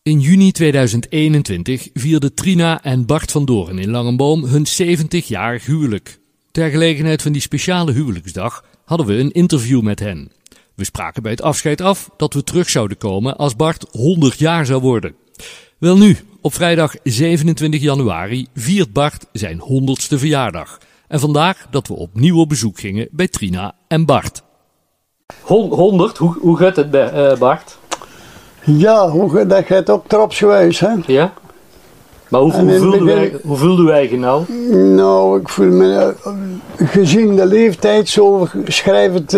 In juni 2021 vierden Trina en Bart van Doorn in Langenboom hun 70-jarig huwelijk. Ter gelegenheid van die speciale huwelijksdag hadden we een interview met hen. We spraken bij het afscheid af dat we terug zouden komen als Bart 100 jaar zou worden. Welnu, op vrijdag 27 januari viert Bart zijn 100ste verjaardag. En vandaag dat we opnieuw op bezoek gingen bij Trina en Bart. 100, hoe gaat het Bart? Ja, dat gaat ook tropsgewijs, hè? Ja? Maar hoe voelde wij je nou? Nou, ik voel me gezien de leeftijd, zo schrijft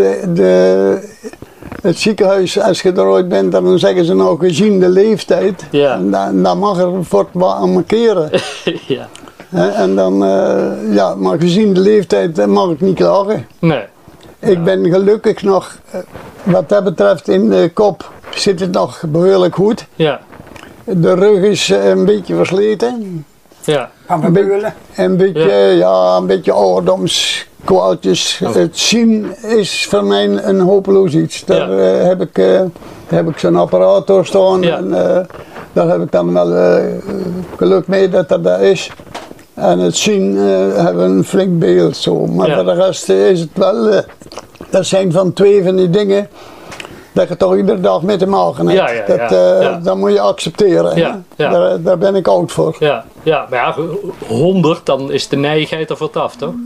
het ziekenhuis, als je er ooit bent, dan zeggen ze nou gezien de leeftijd. Ja. En dan mag er wat aan markeren. Ja. En dan, maar gezien de leeftijd mag ik niet klagen. Nee. Ik ben gelukkig nog, wat dat betreft in de kop zit het nog behoorlijk goed. Ja. De rug is een beetje versleten. Ja. Een beetje ouderdomskwaaltjes. Oh. Het zien is voor mij een hopeloos iets. Daar heb ik zo'n apparaat door staan. Ja. En daar heb ik dan wel geluk mee dat dat is. En het zien hebben we een flink beeld zo. Maar voor de rest is het wel, dat zijn van twee van die dingen dat je toch iedere dag mee te maken hebt. Dat moet je accepteren. Ja, ja. Daar ben ik oud voor. Ja, ja, maar ja, 100, dan is de neigheid er wat af, toch?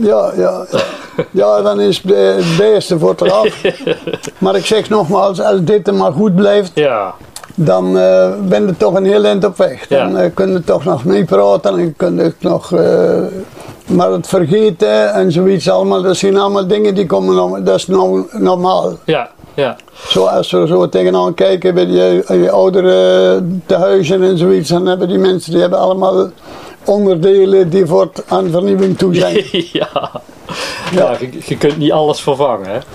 Ja, dan is het beste voor het eraf. Maar ik zeg nogmaals, als dit er maar goed blijft, dan ben je toch een heel eind op weg. Dan kun je toch nog meepraten en kun je nog... maar het vergeten en zoiets allemaal, dat zijn allemaal dingen die komen, dat is nou normaal. Ja. Ja. Zoals we zo tegenaan kijken bij die oudere tehuizen en zoiets, dan hebben die mensen die hebben allemaal onderdelen die voor aan vernieuwing toe zijn. Ja, je kunt niet alles vervangen, hè?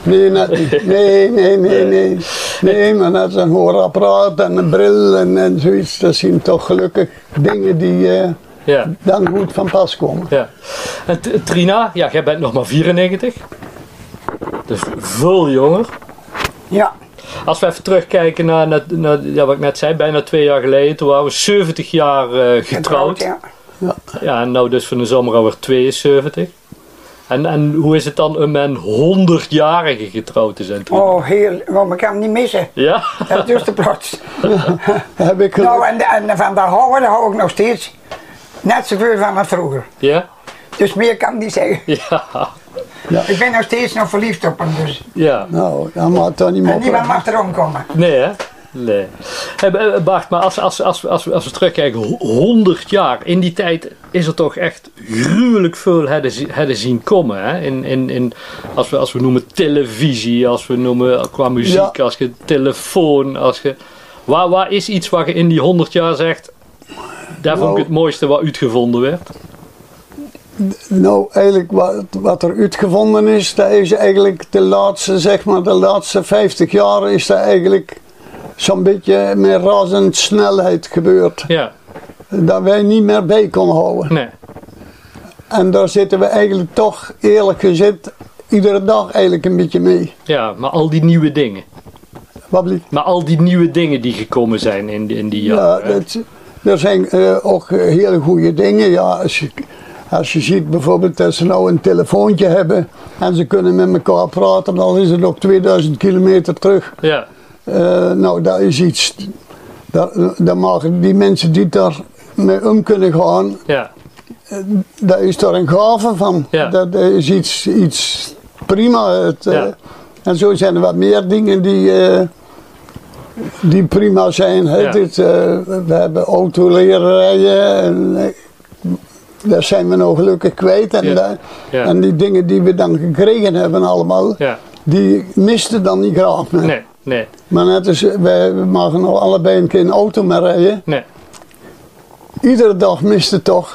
Nee, maar dat is een hoorapparaat en een bril en zoiets, dat zijn toch gelukkig dingen die dan goed van pas komen. Ja. En Trina, jij bent nog maar 94, dus veel jonger. Ja. Als we even terugkijken naar wat ik net zei, bijna 2 jaar geleden, toen waren we 70 jaar getrouwd. Ja, en nou dus van de zomer alweer 72. En hoe is het dan om een 100-jarige getrouwd te zijn? Oh, want ik kan hem niet missen. Ja? Dat is dus de plots. Heb ik nou, en van dat hou ik nog steeds net zoveel van als vroeger. Ja? Dus meer kan ik niet zeggen. Ja. Ik ben nog steeds nog verliefd op hem, dus. Ja. Nou, dat mag toch niet meer. En niemand mag erom komen. Nee, hè? Nee. Hey, Bart, maar als we terugkijken, 100 jaar, in die tijd is er toch echt gruwelijk veel hadden zien komen. Hè? Als we noemen televisie, als we noemen qua muziek, als je telefoon, waar is iets waar je in die 100 jaar zegt, daar vond ik het mooiste wat uitgevonden werd? Nou, eigenlijk wat er uitgevonden is, dat is eigenlijk de laatste 50 jaar is dat eigenlijk zo'n beetje met razendsnelheid gebeurd. Ja. Dat wij niet meer bij konden houden. Nee. En daar zitten we eigenlijk toch, eerlijk gezegd, iedere dag eigenlijk een beetje mee. Ja, maar al die nieuwe dingen. Wat blieft? Maar al die nieuwe dingen die gekomen zijn in die jaren. Ja, er zijn ook hele goede dingen. Ja, als je ziet bijvoorbeeld dat ze nou een telefoontje hebben en ze kunnen met elkaar praten, dan is het ook 2000 kilometer terug. Ja. Nou, dat is iets, dat maken die mensen die daar mee om kunnen gaan, dat is daar een gave van. Ja. Dat is iets prima. En zo zijn er wat meer dingen die prima zijn. Ja. We hebben auto leren rijden en daar zijn we nou gelukkig kwijt. En die dingen die we dan gekregen hebben allemaal, die misten dan niet graag meer. Nee. Maar net als wij mogen nog allebei een keer een auto meer rijden. Nee. Iedere dag mist het toch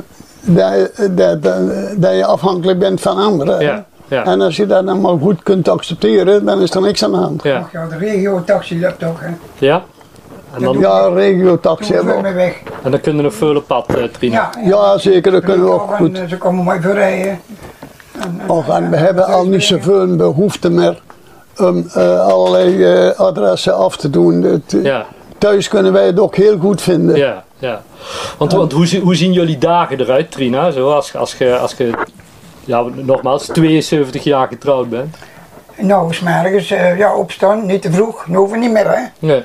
dat je afhankelijk bent van anderen. Ja. Ja. En als je dat dan maar goed kunt accepteren, dan is er niks aan de hand. Ja, de regio-taxi loopt ook, hè? Ja? En dan, regio-taxi hebben we ook. En dan kunnen we nog veel op pad, Trina. Ja, zeker, dat kunnen we ook goed. Ze komen mooi voor rijden. En we hebben al niet zoveel behoefte meer om allerlei adressen af te doen. thuis kunnen wij het ook heel goed vinden. Ja, ja. Want hoe zien jullie dagen eruit, Trina? Zoals als je nogmaals 72 jaar getrouwd bent. Nou, 's morgens opstaan, niet te vroeg, dat hoeven we niet meer, hè. Nee.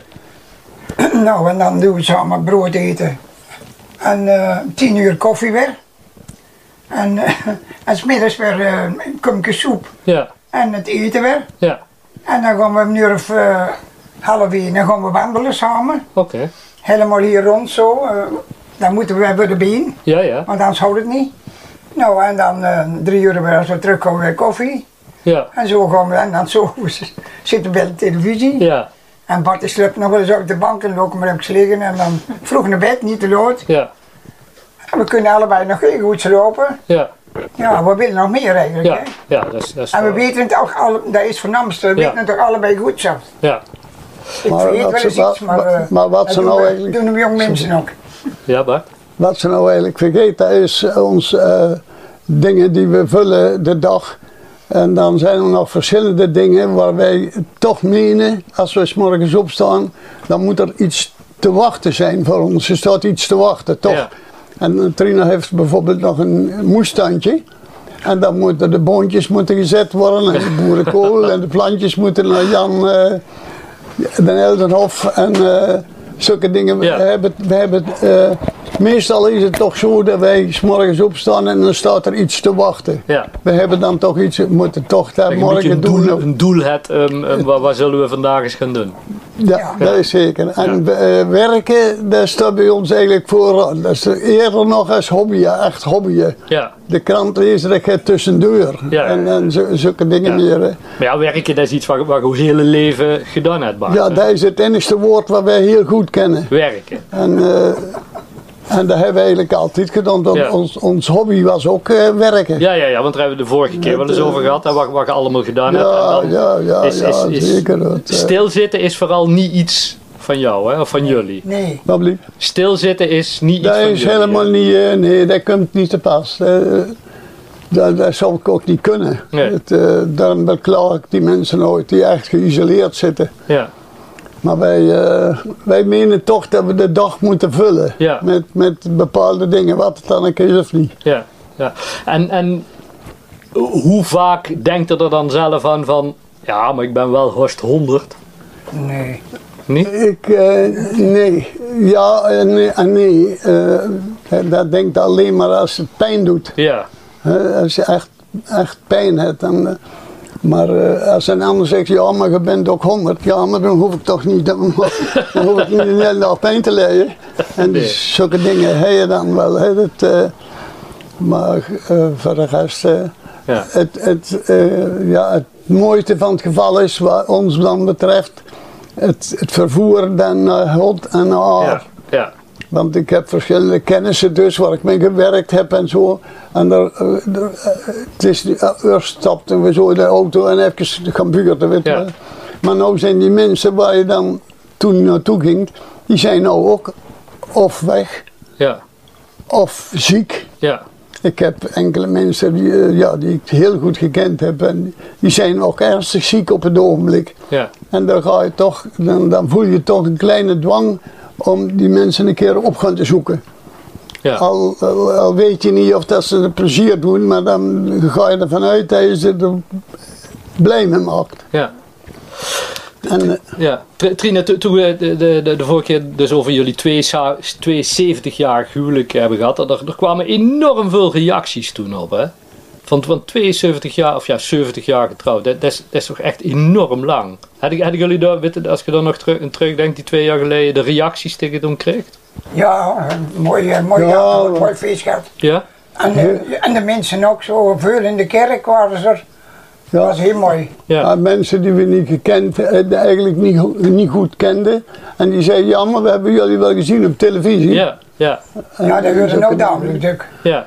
Nou, en dan doen we samen brood eten. En 10 uur koffie weer. En 's middags weer een komje soep. Ja. En het eten weer. Ja. En dan gaan we een uur of 12:30, dan gaan we wandelen samen. Oké. Helemaal hier rond zo. Dan moeten we weer de been. Ja, ja. Want anders houdt het niet. Nou, en dan 3 uur weer als we terugkomen weer koffie. Ja. En zo gaan we, en dan zo zitten we bij de televisie. Ja. En Bart slaapt nog wel eens op de bank en lopen maar even liggen en dan vroeg naar bed, niet te laat. Ja. En we kunnen allebei nog heel goed slopen. Ja. Ja, we willen nog meer eigenlijk. Ja. Hè? Ja, dat is En we weten het ook, dat is voornaamste, we weten het ook allebei goed zo. Ja. Ik vergeet wel eens iets, maar wat ze nou eigenlijk... doen de jonge mensen ook. Ja, Bart? Wat ze nou eigenlijk vergeten is ons dingen die we vullen de dag. En dan zijn er nog verschillende dingen waar wij toch menen, als we 's morgens opstaan, dan moet er iets te wachten zijn voor ons. Er staat iets te wachten, toch? Ja. En Trina heeft bijvoorbeeld nog een moestuintje. En dan moeten de boontjes gezet worden en de boerenkool en de plantjes moeten naar Jan den Eldenhof en zulke dingen. Ja. We hebben meestal is het toch zo dat wij 's morgens opstaan en dan staat er iets te wachten. Ja. We hebben dan toch iets, moeten toch dat morgen doen. Een doel wat zullen we vandaag eens gaan doen? Ja, dat is zeker. En werken, dat staat bij ons eigenlijk vooraan. Dat is eerder nog als hobby, echt hobby. Ja. De krant lezen, dat gaat tussendoor. Ja. En zulke dingen meer. Maar ja, werken, dat is iets wat je hele leven gedaan hebt, Bart. Ja, dat is het enige woord wat wij heel goed kennen. Werken. En dat hebben we eigenlijk altijd gedaan. Want ons hobby was ook werken. Ja, want daar hebben we de vorige keer wel eens over gehad. En wat je allemaal gedaan hebt. Zeker. Stilzitten is vooral niet iets van jou, hè, of van jullie. Nee. Wat blieft? Stilzitten is niet iets van jullie. Dat is helemaal niet, nee, dat komt niet te pas. Dat zou ik ook niet kunnen. Nee. Daarom beklaag ik die mensen nooit die echt geïsoleerd zitten. Ja. Maar wij menen toch dat we de dag moeten vullen. Ja. Met bepaalde dingen, wat het dan ook is of niet. Ja, ja. En hoe vaak denkt er dan zelf aan van, ja, maar ik ben wel host 100? Nee. Niet? Nee. Ja en nee. Dat denkt alleen maar als het pijn doet. Ja. Als je echt pijn hebt. Maar als een ander zegt, ja, maar je bent ook 100. Ja, maar dan hoef ik toch niet, dan hoef ik niet een hele dag pijn te lijden. En Nee. zulke dingen heb je dan wel. Hè, maar voor de rest, Ja. het mooiste van het geval is, wat ons dan betreft, het vervoer dan naar Hot en naar Aar. Ja. Want ik heb verschillende kennissen dus waar ik mee gewerkt heb en zo. En het is eerst stapten we zo in de auto en even gaan buurten, weet je wel. Maar nou zijn die mensen waar je dan toen naartoe ging, die zijn nou ook of weg, of ziek. Ja. Ik heb enkele mensen die ik heel goed gekend heb en die zijn ook ernstig ziek op het ogenblik. Ja. En dan ga je toch, dan voel je toch een kleine dwang om die mensen een keer op gaan te zoeken. Ja. Al weet je niet of dat ze het plezier doen, maar dan ga je ervan uit dat je ze er blij mee maakt. Ja. En, Ja. Trina, toen we de vorige keer dus over jullie 72-jarig huwelijk hebben gehad, er kwamen enorm veel reacties toen op, hè? Van 72 jaar, of ja, 70 jaar getrouwd, dat is toch echt enorm lang. Hadden jullie daar, als je dan nog terugdenkt, die 2 jaar geleden, de reacties tegen toen kreeg? Ja, mooi feest gehad. Ja? En de mensen ook zo, veel in de kerk waren ze er. Dat was heel mooi. Ja. Mensen die we niet gekend, eigenlijk niet goed kenden. En die zeiden, ja, maar we hebben jullie wel gezien op televisie. Ja. Ja, dat hoorde ook namelijk natuurlijk. Ja.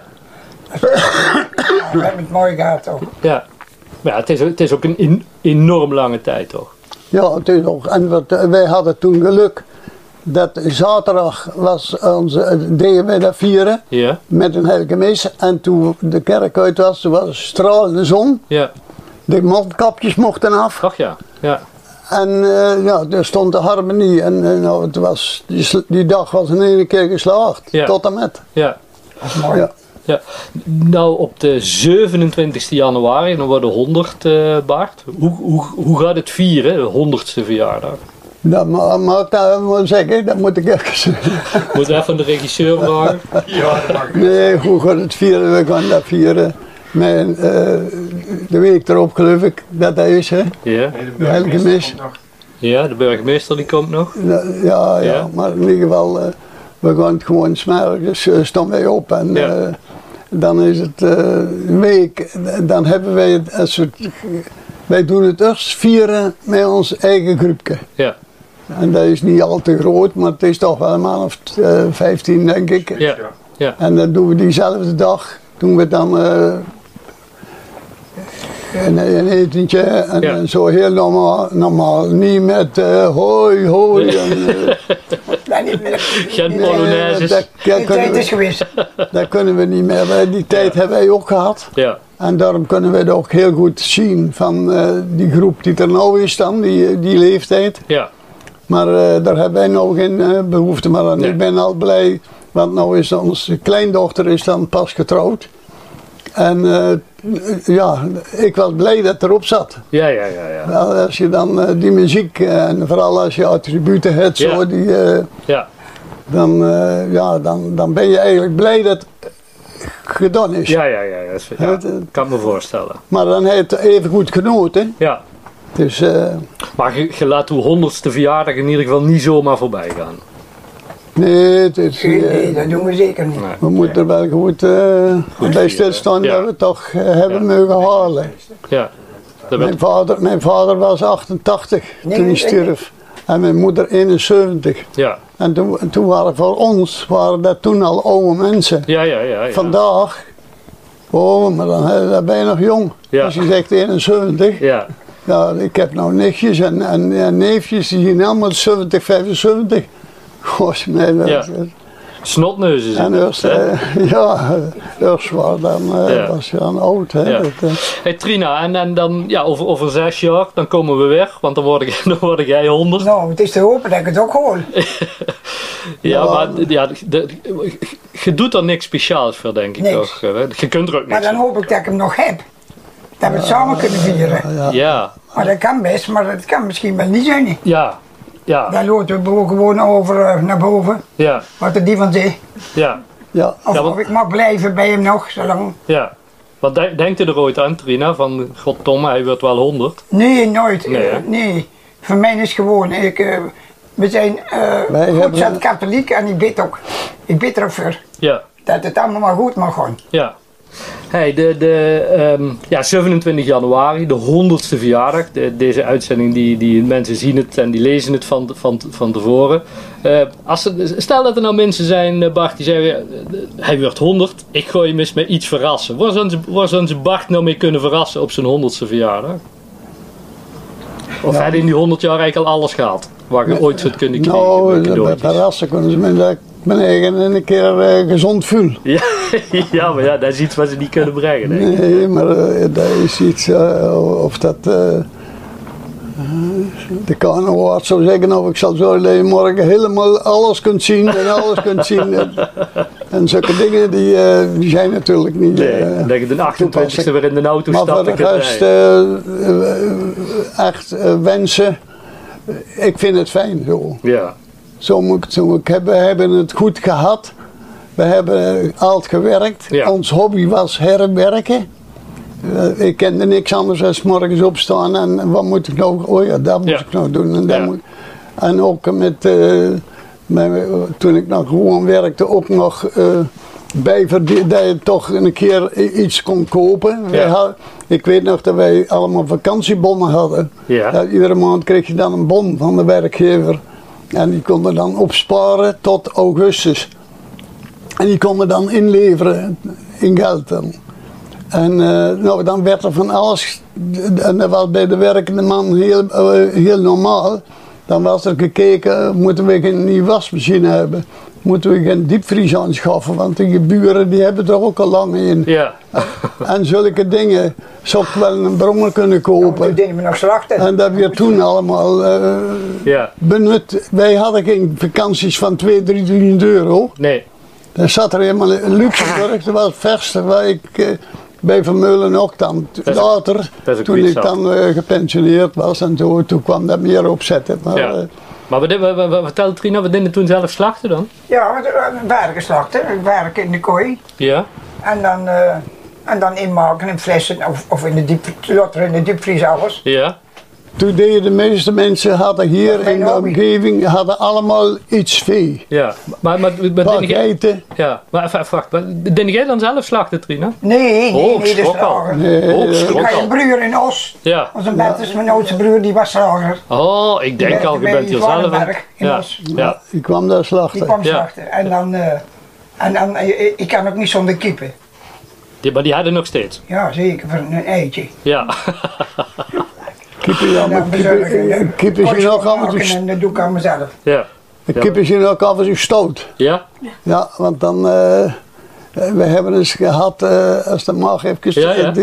We hebben het mooi gehad ook. Ja. Maar ja, het is ook een enorm lange tijd, toch? Ja, het is ook. En wij hadden toen geluk dat zaterdag deden wij dat vieren met een heilige mis. En toen de kerk uit was, er was stralende zon. Ja. De mondkapjes mochten af. Ach ja. Ja. En ja, er stond de harmonie en nou, het was, die dag was in één keer geslaagd, tot en met. Ja. Dat is mooi. Ja. Ja. Nou, op de 27 januari, dan wordt de 100, Bart. Hoe gaat het vieren, de 100ste verjaardag? Dat mag ik dat wel zeggen, dat moet ik even Moet even de regisseur vragen. Ja, dat mag ik. Nee, hoe gaat het vieren? We gaan dat vieren met de week erop geloof ik, dat is hè. Ja. Nee, de Heilige burgemeester mis. komt nog. Ja, de burgemeester die komt nog. Ja, maar in ieder geval, we gaan het gewoon s'morgens staan wij op en dan is het een week, dan hebben wij het, wij doen het eerst vieren met ons eigen groepje. Ja. En dat is niet al te groot, maar het is toch wel een man of 15 denk ik. Ja. Ja. En dan doen we diezelfde dag, doen we dan een etentje en zo heel normaal. Niet met hoi hoi. Geen polonaises. Die tijd is geweest. Dat kunnen we niet meer. Die tijd hebben wij ook gehad. Ja. En daarom kunnen we het ook heel goed zien van die groep die er nou is dan, die leeftijd. Ja. Maar daar hebben wij nou geen behoefte meer aan. Nee. Ik ben al blij, want nou is onze kleindochter is dan pas getrouwd. En ja, ik was blij dat het erop zat. Ja. Als je dan die muziek, en vooral als je attributen hebt, Ja. zo, die, Ja. dan ben je eigenlijk blij dat het gedaan is. Ja, dat kan me voorstellen. Maar dan heb je het even goed genoten. Ja. Dus, Maar je laat uw 100ste verjaardag in ieder geval niet zomaar voorbij gaan. nee, het is, Nee, dat doen we zeker niet. Nee. we moeten er wel goed bij stilstaan dat we het toch hebben mogen halen. Ja. Dat Mijn vader was 88 toen hij stierf. En mijn moeder 71. ja. En toen waren voor ons, waren dat toen al oude mensen. Ja. Vandaag, maar dan ben je nog jong. Ja. Als je zegt 71. Ja. Ja, ik heb nou nichtjes en neefjes die zijn allemaal 70, 75. Goh, nee, Ja. Snotneuzen en zijn eerst was je dan oud. Hè? Ja. Dat, Hey Trina, en dan ja, over 6 jaar, dan komen we weg, want dan word jij 100. Nou, het is te hopen dat ik het ook hoor. Ja, maar ja, je doet er niks speciaals voor, denk ik Niks. toch? Je kunt er ook Maar niks dan hoop ik dat ik hem nog heb. Dat we het samen kunnen vieren. Ja, Maar dat kan best, maar dat kan misschien wel niet zijn. ja, Dan loten we gewoon over naar boven. ja, Wat er die van zegt. ja, ja. Of, Ja, want- of ik mag blijven bij hem nog, zolang. ja. Want denkt u er ooit aan, Trina, van goddomme, hij wordt wel 100? Nee, nooit. Nee, hè? Nee. Voor mij is het gewoon. We zijn Wij goed hebben- zat katholiek en ik bid ook. Ik bid er ook voor. Ja, Dat het allemaal maar goed mag gaan. ja. Hey, 27 januari, de 100ste verjaardag. Deze uitzending, die mensen zien het en die lezen het van tevoren. Stel dat er nou mensen zijn, Bart, die zeggen, hij wordt 100, ik gooi hem eens met iets verrassen. Waar zou ze Bart nou mee kunnen verrassen op zijn 100ste verjaardag? Of had hij in die 100 jaar eigenlijk al alles gehad? Waar je ooit zou kunnen krijgen Nou, met bij cadeautjes? verrassen kunnen ze me dat ik mijn eigen een keer gezond voel. Ja, ja, maar ja, dat is iets wat ze niet kunnen brengen, denk ik. Nee, maar dat is iets, of dat de KNO-arts zou zeggen, of ik zal zo dat je morgen helemaal alles kunt zien en alles kunt zien. En zulke dingen, die zijn natuurlijk niet Nee, dat je de 28e weer in de auto maar stapt voor en de kunt rest, rijden. echt wensen, ik vind het fijn zo. Ja, Zo moet ik het doen. We hebben het goed gehad. We hebben hard gewerkt. Ja. Ons hobby was herwerken. Ik kende niks anders dan 's morgens opstaan en wat moet ik nou? Oh ja, dat moet Ja. ik nou doen. En, dat Ja. en ook toen ik nog gewoon werkte, ook nog bijverdiend, dat je toch een keer iets kon kopen. Ja. Ik weet nog dat wij allemaal vakantiebonnen hadden. Ja. Iedere maand kreeg je dan een bon van de werkgever. En die konden dan opsparen tot augustus. En die konden dan inleveren in geld dan. En nou, dan werd er van alles, en dat was bij de werkende man heel normaal. Dan was er gekeken, moeten we geen nieuwe wasmachine hebben? Moeten we geen diepvries aanschaffen? Want die buren die hebben er ook al lang in. Ja. En zulke dingen zou ik wel een brommer kunnen kopen. Toen deden we nog slachten. En dat werd toen allemaal benut. Wij hadden geen vakanties van 2.000, 3.000 euro. Nee. Er zat er helemaal in Luxemburg, dat was het verste waar ik bij Vermeulen ook dan later, toen ik dan gepensioneerd was en toen kwam dat meer opzetten. Maar, ja. Maar vertel Trina, wat deden toen zelf slachten dan? Ja, we waren geslachten, we waren in de kooi. Ja. En dan inmaken in flessen of in de diepvries alles. Ja. Toen deden de meeste mensen hadden hier in de omgeving allemaal iets vee. Ja, maar eten. Ja, maar wacht, denk jij dan zelf slachten, Trina? Nee, dat is slager. Ik had een broer in Os. Ja. Mijn oudste broer, die was slager. Oh, ik denk al, je bent hier zelf in Os. Ja. Die kwam daar slachten. Die kwam slachten. En dan, ik kan ook niet zonder kippen. Maar die hadden nog steeds? Ja, zeker, voor een eitje. Ja. Kippen, ja, maar kippen zijn ook af en toe... En dat doe ik aan mezelf. Ja. Kippen zijn ook af en toe stoot. Ja? Ja, want dan... we hebben eens gehad, als de mag even...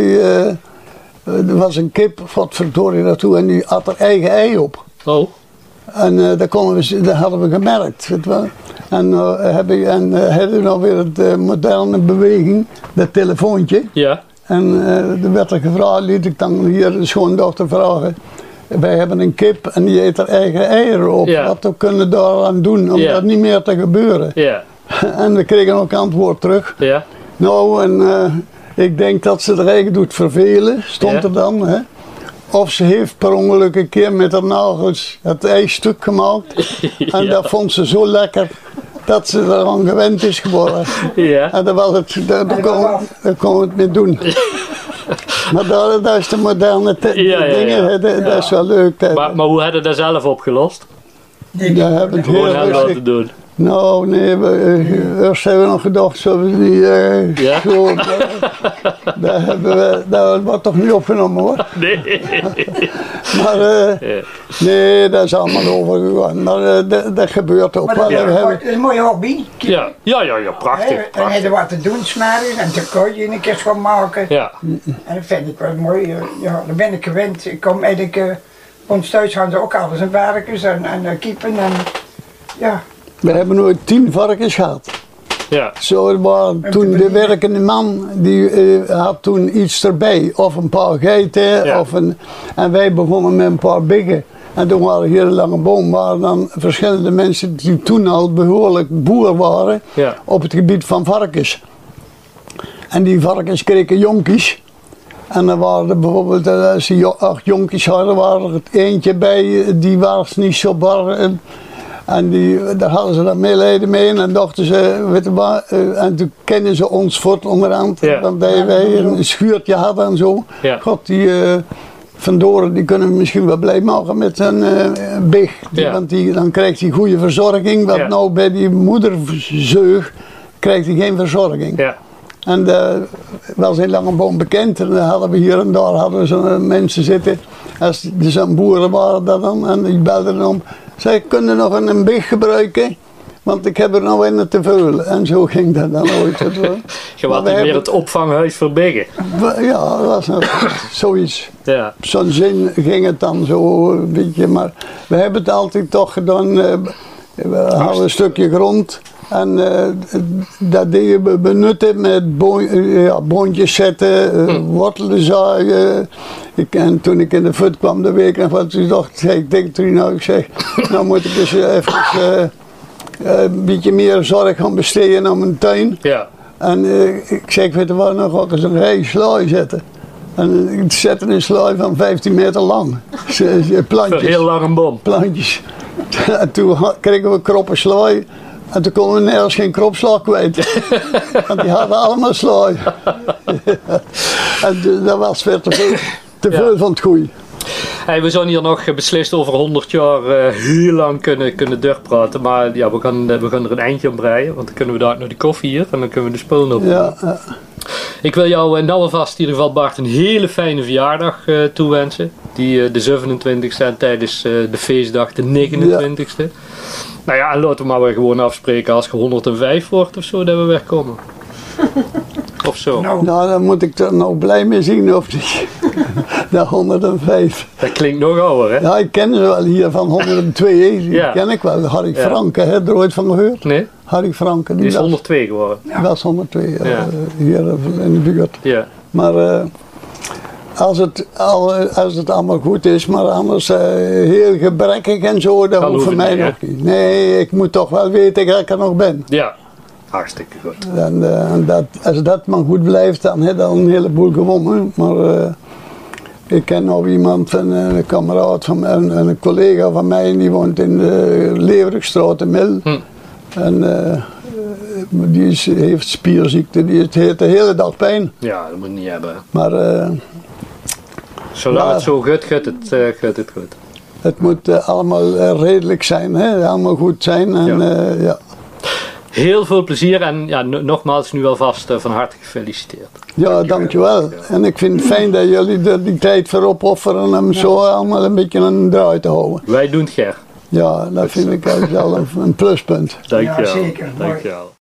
er was een kip, wat verdorie naartoe, en die had er eigen ei op. Oh. En dat hadden we gemerkt, weet je wel. En hadden we nou weer de moderne beweging, dat telefoontje. Ja. En er werd er gevraagd, liet ik dan hier de schoondochter vragen. Wij hebben een kip en die eet er eigen eieren op. Ja. Wat we kunnen daaraan doen om dat niet meer te gebeuren. Ja. En we kregen ook antwoord terug. Ja. Nou, en ik denk dat ze er eigen doet vervelen, stond er dan. Hè. Of ze heeft per ongeluk een keer met haar nagels het ei stuk gemaakt. En dat vond ze zo lekker dat ze eraan gewend is geworden. Ja. En dat was het, daar kon we het mee doen. Maar dat is de moderne dingen, dat is wel leuk. Maar hoe hadden dat zelf opgelost? Dat hebben we het heel laten doen. Nou, nee, eerst hebben we nog gedacht, zullen we die zo... Dat wordt toch niet opgenomen hoor. Nee. Maar nee, dat is allemaal overgegaan. Maar dat gebeurt ook wel. Dat is een mooie hobby. Ja, prachtig. En hadden wat te doen s'morgens en te kooien een keer schoonmaken. Ja. En dat vind ik wel mooi. Ja, daar ben ik gewend. Ik kom eigenlijk... ons thuis hadden ze ook alles en varkens en kiepen en... Ja. We hebben nooit 10 varkens gehad. Ja. Zo, toen de werkende man, die had toen iets erbij. Of een paar geiten, en wij begonnen met een paar biggen. En toen waren hier een lange boom, waren dan verschillende mensen die toen al behoorlijk boer waren op het gebied van varkens. En die varkens kregen jonkies. En dan waren er bijvoorbeeld, als ze 8 jonkies hadden, waren er het eentje bij, die was niet zo bar. En daar hadden ze dan medelijden mee en dachten ze, weet je wat, en toen kennen ze ons voort onderhand, want wij een schuurtje hadden en zo. Ja. God, die Van Doren, die kunnen we misschien wel blij maken met zijn big, want dan krijgt hij goede verzorging, wat nou bij die moederzeug krijgt hij geen verzorging. Ja. En dat was in Langeboom bekend en dan hadden we hier en daar zo'n mensen zitten, als er zo'n boeren waren dat dan, en die belden om. Zij kunnen nog een big gebruiken, want ik heb er nou in te veel. En zo ging dat dan ooit. Je had weer het opvanghuis voor biggen. Ja, dat was zoiets. Ja. Op zo'n zin ging het dan zo een beetje. Maar we hebben het altijd toch gedaan. We hadden een stukje grond. En dat deden we benutten met boontjes zetten, wortelen zaaien. En toen ik in de fut kwam de week nog wat, toen dacht ik tegen Trina, ik zeg, nou moet ik eens even een beetje meer zorg gaan besteden aan mijn tuin. Ja. En ik zeg, weet je wat, nou ga ik eens een rij slaai zetten. En ik zette een slaai van 15 meter lang. Plantjes. Een heel lange boom. Plantjes. En toen kregen we kroppen slaai. En toen konden we nergens geen kropslag kwijt. Want die hadden allemaal slaai. En dat was weer te veel van het goeie. Hey, we zijn hier nog beslist over 100 jaar heel lang kunnen doorpraten. Maar ja, we gaan er een eindje aan breien. Want dan kunnen we daar naar de koffie hier. En dan kunnen we de spullen op. Ja. Ik wil jou nou alvast in ieder geval, Bart, een hele fijne verjaardag toewensen. de 27e en tijdens de feestdag de 29e. Nou ja, en laten we maar weer gewoon afspreken als je 105 wordt of zo, dat we weer komen. Of zo. Nou, dan moet ik er nog blij mee zien of niet. De 105. Dat klinkt nog ouder, hè? Ja, ik ken ze wel hier van 102. Die ken ik wel. Harry Franke, heb je er ooit van gehoord? Nee. Harry Franke. Die is 102 geworden. Die was 102 hier in de buurt. Ja. Maar als het allemaal goed is, maar anders heel gebrekkig en zo, dat hoeft voor mij nog niet. Nee, ik moet toch wel weten dat ik er nog ben. Ja. Hartstikke goed. En als dat maar goed blijft, dan heb je al een heleboel gewonnen. Maar ik ken nog iemand, een kameraad van mij, een collega van mij, die woont in de Leeuwerigstraat in Mil. En die heeft spierziekte, die heeft de hele dag pijn. Ja, dat moet niet hebben. Maar zolang het zo gaat, gaat het goed. Het moet allemaal redelijk zijn, hè? Allemaal goed zijn. En, ja. Heel veel plezier en ja, nogmaals nu alvast van harte gefeliciteerd. Ja, dankjewel. En ik vind het fijn dat jullie er die tijd voor opofferen om zo allemaal een beetje een draai te houden. Wij doen het, Ger. Ja, dat vind ik eigenlijk wel een pluspunt. Dankjewel. Ja, zeker. Dankjewel.